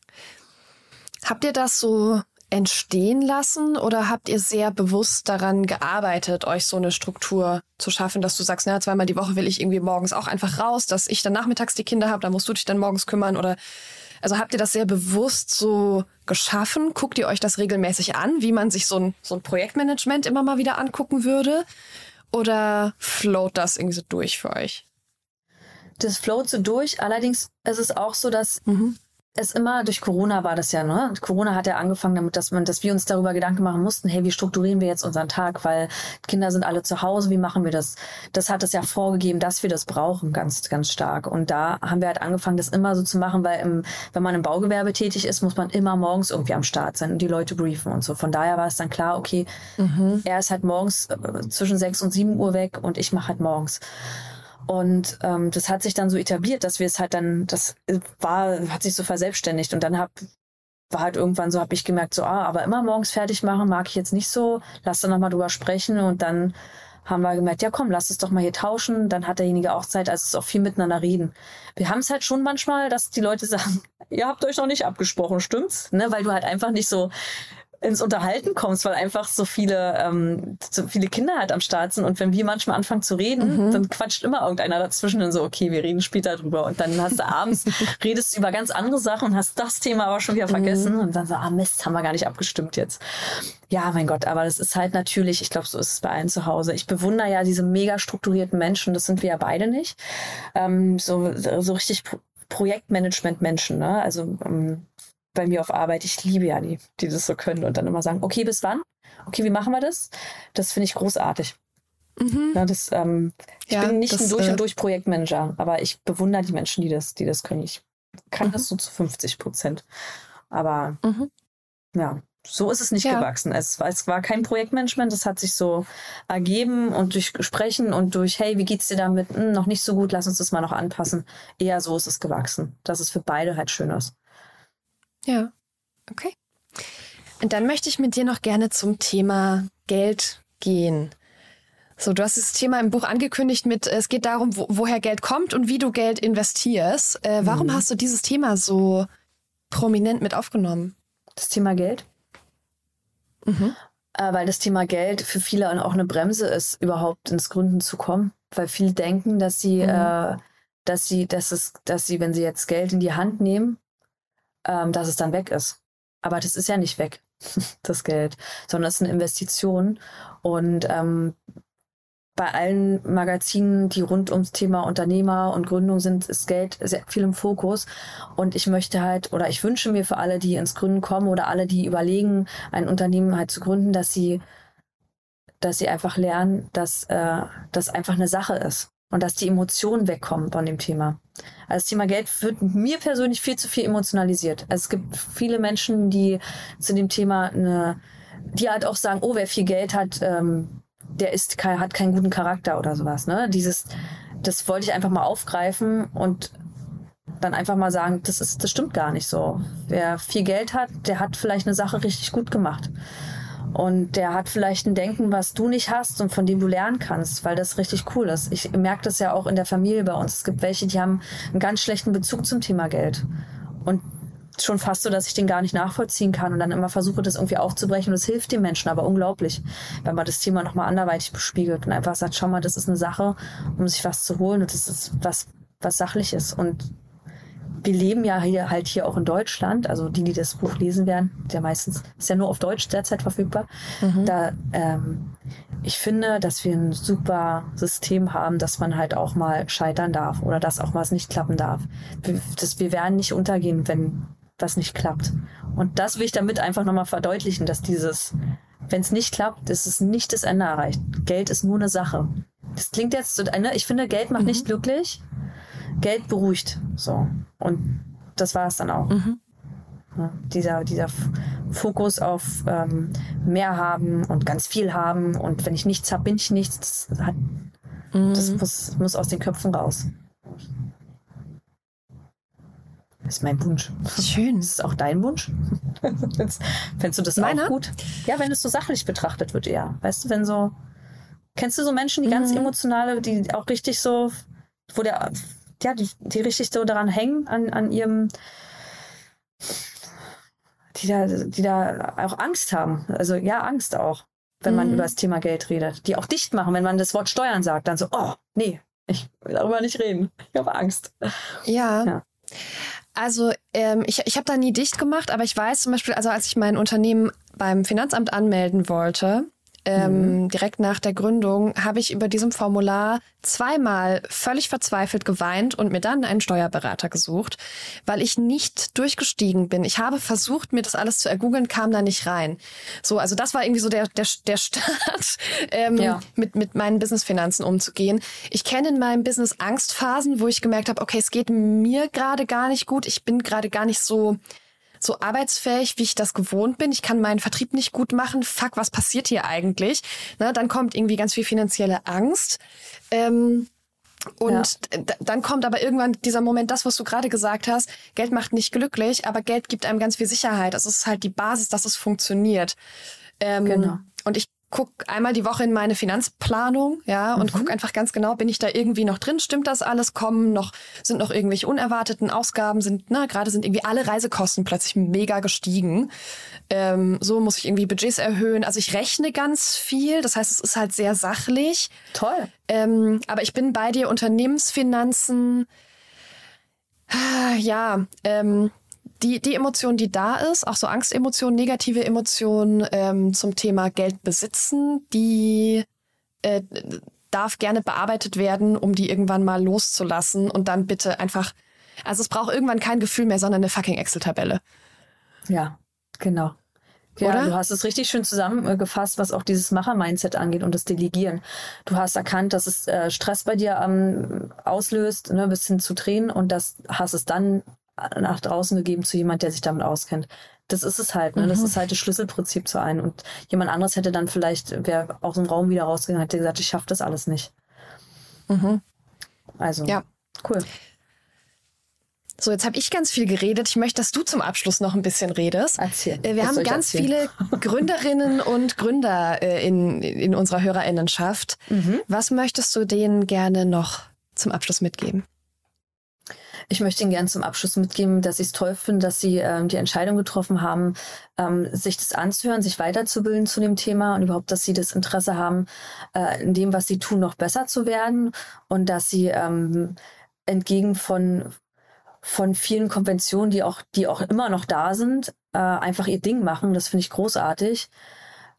Habt ihr das so entstehen lassen oder habt ihr sehr bewusst daran gearbeitet, euch so eine Struktur zu schaffen, dass du sagst, 2-mal die Woche will ich irgendwie morgens auch einfach raus, dass ich dann nachmittags die Kinder habe, da musst du dich dann morgens kümmern oder also habt ihr das sehr bewusst so geschaffen? Guckt ihr euch das regelmäßig an, wie man sich so ein Projektmanagement immer mal wieder angucken würde? Oder float das irgendwie so durch für euch? Das float so durch. Allerdings ist es auch so, dass es immer, durch Corona war das ja, ne? Corona hat ja angefangen damit, dass wir uns darüber Gedanken machen mussten, hey, wie strukturieren wir jetzt unseren Tag? Weil die Kinder sind alle zu Hause, wie machen wir das? Das hat es ja vorgegeben, dass wir das brauchen, ganz, ganz stark. Und da haben wir halt angefangen, das immer so zu machen, weil wenn man im Baugewerbe tätig ist, muss man immer morgens irgendwie am Start sein und die Leute briefen und so. Von daher war es dann klar, okay, er ist halt morgens zwischen 6 und 7 Uhr weg und ich mache halt morgens. Und das hat sich dann so etabliert, dass wir es halt dann, hat sich so verselbstständigt. Und dann war halt irgendwann so, habe ich gemerkt, so, aber immer morgens fertig machen mag ich jetzt nicht so. Lass da nochmal drüber sprechen. Und dann haben wir gemerkt, ja komm, lass es doch mal hier tauschen. Dann hat derjenige auch Zeit, also es ist auch viel miteinander reden. Wir haben es halt schon manchmal, dass die Leute sagen, ihr habt euch noch nicht abgesprochen, stimmt's? Ne? Weil du halt einfach nicht so ins Unterhalten kommst, weil einfach so viele Kinder halt am Start sind und wenn wir manchmal anfangen zu reden, dann quatscht immer irgendeiner dazwischen und so, okay, wir reden später drüber und dann hast du abends, redest du über ganz andere Sachen und hast das Thema aber schon wieder vergessen und dann so, Mist, haben wir gar nicht abgestimmt jetzt. Ja, mein Gott, aber das ist halt natürlich, ich glaube, so ist es bei allen zu Hause. Ich bewundere ja diese mega strukturierten Menschen, das sind wir ja beide nicht. So richtig Projektmanagement-Menschen, ne? Also bei mir auf Arbeit, ich liebe ja die das so können und dann immer sagen, okay, bis wann? Okay, wie machen wir das? Das finde ich großartig. Ja, ich bin nicht ein durch und durch Projektmanager, aber ich bewundere die Menschen, die das können. Ich kann das so zu 50%. Aber ja, so ist es nicht gewachsen. Es war kein Projektmanagement, es hat sich so ergeben und durch Sprechen und durch, hey, wie geht's dir damit? Noch nicht so gut, lass uns das mal noch anpassen. Eher so ist es gewachsen, dass es für beide halt schön ist. Ja, okay. Und dann möchte ich mit dir noch gerne zum Thema Geld gehen. So, du hast das Thema im Buch angekündigt mit, es geht darum, woher Geld kommt und wie du Geld investierst. Warum hast du dieses Thema so prominent mit aufgenommen? Das Thema Geld? Weil das Thema Geld für viele auch eine Bremse ist, überhaupt ins Gründen zu kommen. Weil viele denken, dass sie, wenn sie jetzt Geld in die Hand nehmen, dass es dann weg ist. Aber das ist ja nicht weg, das Geld, sondern es ist eine Investition. Und bei allen Magazinen, die rund ums Thema Unternehmer und Gründung sind, ist Geld sehr viel im Fokus. Und ich möchte halt, oder ich wünsche mir für alle, die ins Gründen kommen oder alle, die überlegen, ein Unternehmen halt zu gründen, dass sie einfach lernen, dass das einfach eine Sache ist und dass die Emotionen wegkommen von dem Thema. Also das Thema Geld wird mir persönlich viel zu viel emotionalisiert. Also es gibt viele Menschen, die zu dem Thema die halt auch sagen, oh, wer viel Geld hat, hat keinen guten Charakter oder sowas. Ne? Das wollte ich einfach mal aufgreifen und dann einfach mal sagen, das stimmt gar nicht so. Wer viel Geld hat, der hat vielleicht eine Sache richtig gut gemacht. Und der hat vielleicht ein Denken, was du nicht hast und von dem du lernen kannst, weil das richtig cool ist. Ich merke das ja auch in der Familie bei uns. Es gibt welche, die haben einen ganz schlechten Bezug zum Thema Geld. Und schon fast so, dass ich den gar nicht nachvollziehen kann und dann immer versuche, das irgendwie aufzubrechen. Und es hilft den Menschen aber unglaublich, wenn man das Thema nochmal anderweitig bespiegelt und einfach sagt, schau mal, das ist eine Sache, um sich was zu holen und das ist was Sachliches. Und wir leben ja hier auch in Deutschland, also die das Buch lesen werden, der meistens ist ja nur auf Deutsch derzeit verfügbar. Ich finde, dass wir ein super System haben, dass man halt auch mal scheitern darf oder dass auch was nicht klappen darf. Wir werden nicht untergehen, wenn was nicht klappt. Und das will ich damit einfach nochmal verdeutlichen, dass wenn es nicht klappt, ist es nicht das Ende erreicht. Geld ist nur eine Sache. Das klingt jetzt so, ich finde, Geld macht nicht glücklich. Geld beruhigt. So. Und das war es dann auch. Ja, dieser Fokus auf mehr haben und ganz viel haben und wenn ich nichts habe, bin ich nichts. Das muss aus den Köpfen raus. Das ist mein Wunsch. Schön. Ist es auch dein Wunsch? Fändest du das auch gut? Ja, wenn es so sachlich betrachtet wird, eher. Weißt du, kennst du so Menschen, die ganz emotionale, die auch richtig so, die richtig so daran hängen, an ihrem, die da auch Angst haben. Also ja, Angst auch, wenn man über das Thema Geld redet. Die auch dicht machen, wenn man das Wort Steuern sagt, dann so, oh, nee, ich will darüber nicht reden. Ich habe Angst. Ja. Also ich habe da nie dicht gemacht, aber ich weiß zum Beispiel, also als ich mein Unternehmen beim Finanzamt anmelden wollte, direkt nach der Gründung, habe ich über diesem Formular zweimal völlig verzweifelt geweint und mir dann einen Steuerberater gesucht, weil ich nicht durchgestiegen bin. Ich habe versucht, mir das alles zu ergoogeln, kam da nicht rein. So, also das war irgendwie so der Start, mit meinen Businessfinanzen umzugehen. Ich kenne in meinem Business Angstphasen, wo ich gemerkt habe, okay, es geht mir gerade gar nicht gut. Ich bin gerade gar nicht so arbeitsfähig, wie ich das gewohnt bin. Ich kann meinen Vertrieb nicht gut machen. Fuck, was passiert hier eigentlich? Na, dann kommt irgendwie ganz viel finanzielle Angst. Dann kommt aber irgendwann dieser Moment, das, was du gerade gesagt hast, Geld macht nicht glücklich, aber Geld gibt einem ganz viel Sicherheit. Das ist halt die Basis, dass es funktioniert. Genau. Und ich gucke einmal die Woche in meine Finanzplanung, und gucke einfach ganz genau, bin ich da irgendwie noch drin? Stimmt das alles? Sind noch irgendwelche unerwarteten Ausgaben? Gerade sind irgendwie alle Reisekosten plötzlich mega gestiegen. So muss ich irgendwie Budgets erhöhen. Also ich rechne ganz viel. Das heißt, es ist halt sehr sachlich. Toll. Aber ich bin bei dir, Unternehmensfinanzen, die Emotion, die da ist, auch so Angstemotionen, negative Emotionen zum Thema Geld besitzen, die darf gerne bearbeitet werden, um die irgendwann mal loszulassen und dann bitte einfach, also es braucht irgendwann kein Gefühl mehr, sondern eine fucking Excel-Tabelle. Ja, genau. Ja, oder? Du hast es richtig schön zusammengefasst, was auch dieses Macher-Mindset angeht und das Delegieren. Du hast erkannt, dass es Stress bei dir auslöst, bis hin zu Tränen und das hast es dann nach draußen gegeben zu jemand, der sich damit auskennt. Das ist es halt, ne? Das ist halt das Schlüsselprinzip zu einem. Und jemand anderes hätte dann wäre aus dem Raum wieder rausgegangen, hätte gesagt, ich schaffe das alles nicht. Also, ja. Cool. So, jetzt habe ich ganz viel geredet. Ich möchte, dass du zum Abschluss noch ein bisschen redest. Erzähl. Wir haben ganz viele Gründerinnen und Gründer in unserer HörerInnenschaft. Was möchtest du denen gerne noch zum Abschluss mitgeben? Ich möchte Ihnen gerne zum Abschluss mitgeben, dass ich es toll finde, dass Sie die Entscheidung getroffen haben, sich das anzuhören, sich weiterzubilden zu dem Thema und überhaupt, dass Sie das Interesse haben, in dem, was Sie tun, noch besser zu werden und dass Sie entgegen von vielen Konventionen, die auch immer noch da sind, einfach Ihr Ding machen. Das finde ich großartig.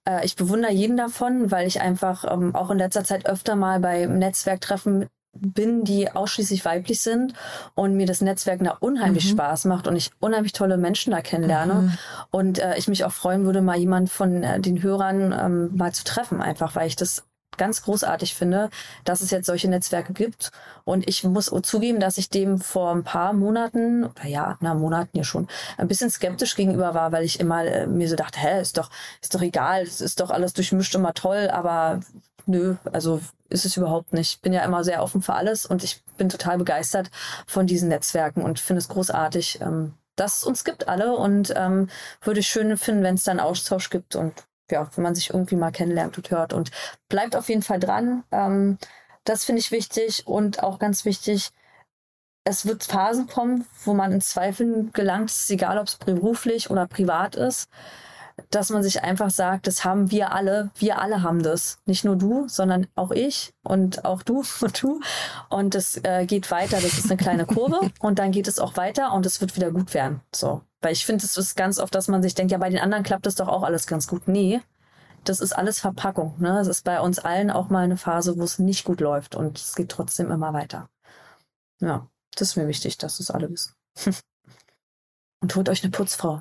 Ich bewundere jeden davon, weil ich einfach auch in letzter Zeit öfter mal bei Netzwerktreffen bin, die ausschließlich weiblich sind und mir das Netzwerk da unheimlich Spaß macht und ich unheimlich tolle Menschen da kennenlerne und ich mich auch freuen würde, mal jemand von den Hörern mal zu treffen, einfach weil ich das ganz großartig finde, dass es jetzt solche Netzwerke gibt. Und ich muss zugeben, dass ich dem vor ein paar Monaten, oder Monaten ja schon, ein bisschen skeptisch gegenüber war, weil ich immer mir so dachte, ist doch egal, es ist doch alles durchmischt immer toll, aber nö, also ist es überhaupt nicht. Ich bin ja immer sehr offen für alles und ich bin total begeistert von diesen Netzwerken und finde es großartig, dass es uns gibt alle und würde ich schön finden, wenn es dann Austausch gibt und ja, wenn man sich irgendwie mal kennenlernt und hört und bleibt auf jeden Fall dran. Das finde ich wichtig und auch ganz wichtig, es wird Phasen kommen, wo man in Zweifeln gelangt, es ist egal, ob es beruflich oder privat ist, dass man sich einfach sagt, das haben wir alle haben das. Nicht nur du, sondern auch ich und auch du und du. Und das geht weiter, das ist eine kleine Kurve und dann geht es auch weiter und es wird wieder gut werden. So. Weil ich finde, es ist ganz oft, dass man sich denkt, ja, bei den anderen klappt das doch auch alles ganz gut. Nee, das ist alles Verpackung. Ne? Es ist bei uns allen auch mal eine Phase, wo es nicht gut läuft und es geht trotzdem immer weiter. Ja, das ist mir wichtig, dass das alle wissen. Und holt euch eine Putzfrau.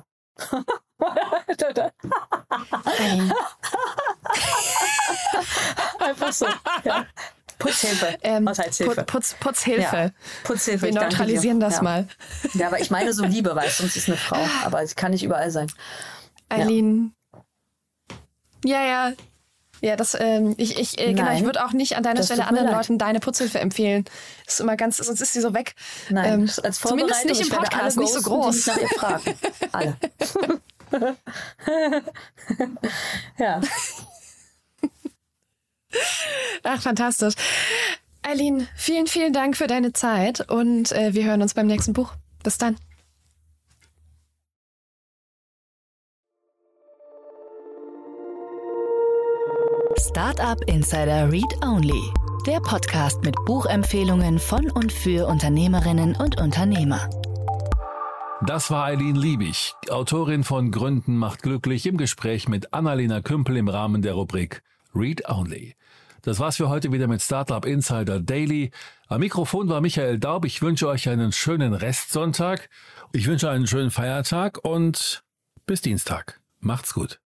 Einfach so. Ja. Putzhilfe. Was heißt Hilfe? Putzhilfe. Ja. Putzhilfe. Wir neutralisieren das mal. Ja, aber ich meine so Liebe, weil sonst ist eine Frau. Aber sie kann nicht überall sein. Eileen. Ja. Ja, das, genau, ich würde auch nicht an deiner Stelle anderen Leuten deine Putzhilfe empfehlen. Das ist immer ganz, sonst ist sie so weg. Nein, als zumindest nicht im Podcast, nicht so groß. Die nach ihr fragen. Alle. Ja. Ach, fantastisch. Eileen, vielen, vielen Dank für deine Zeit und wir hören uns beim nächsten Buch. Bis dann. Startup Insider Read Only, der Podcast mit Buchempfehlungen von und für Unternehmerinnen und Unternehmer. Das war Eileen Liebig, Autorin von Gründen macht glücklich, im Gespräch mit Annalena Kümpel im Rahmen der Rubrik Read Only. Das war's für heute wieder mit Startup Insider Daily. Am Mikrofon war Michael Daub. Ich wünsche euch einen schönen Restsonntag. Ich wünsche einen schönen Feiertag und bis Dienstag. Macht's gut.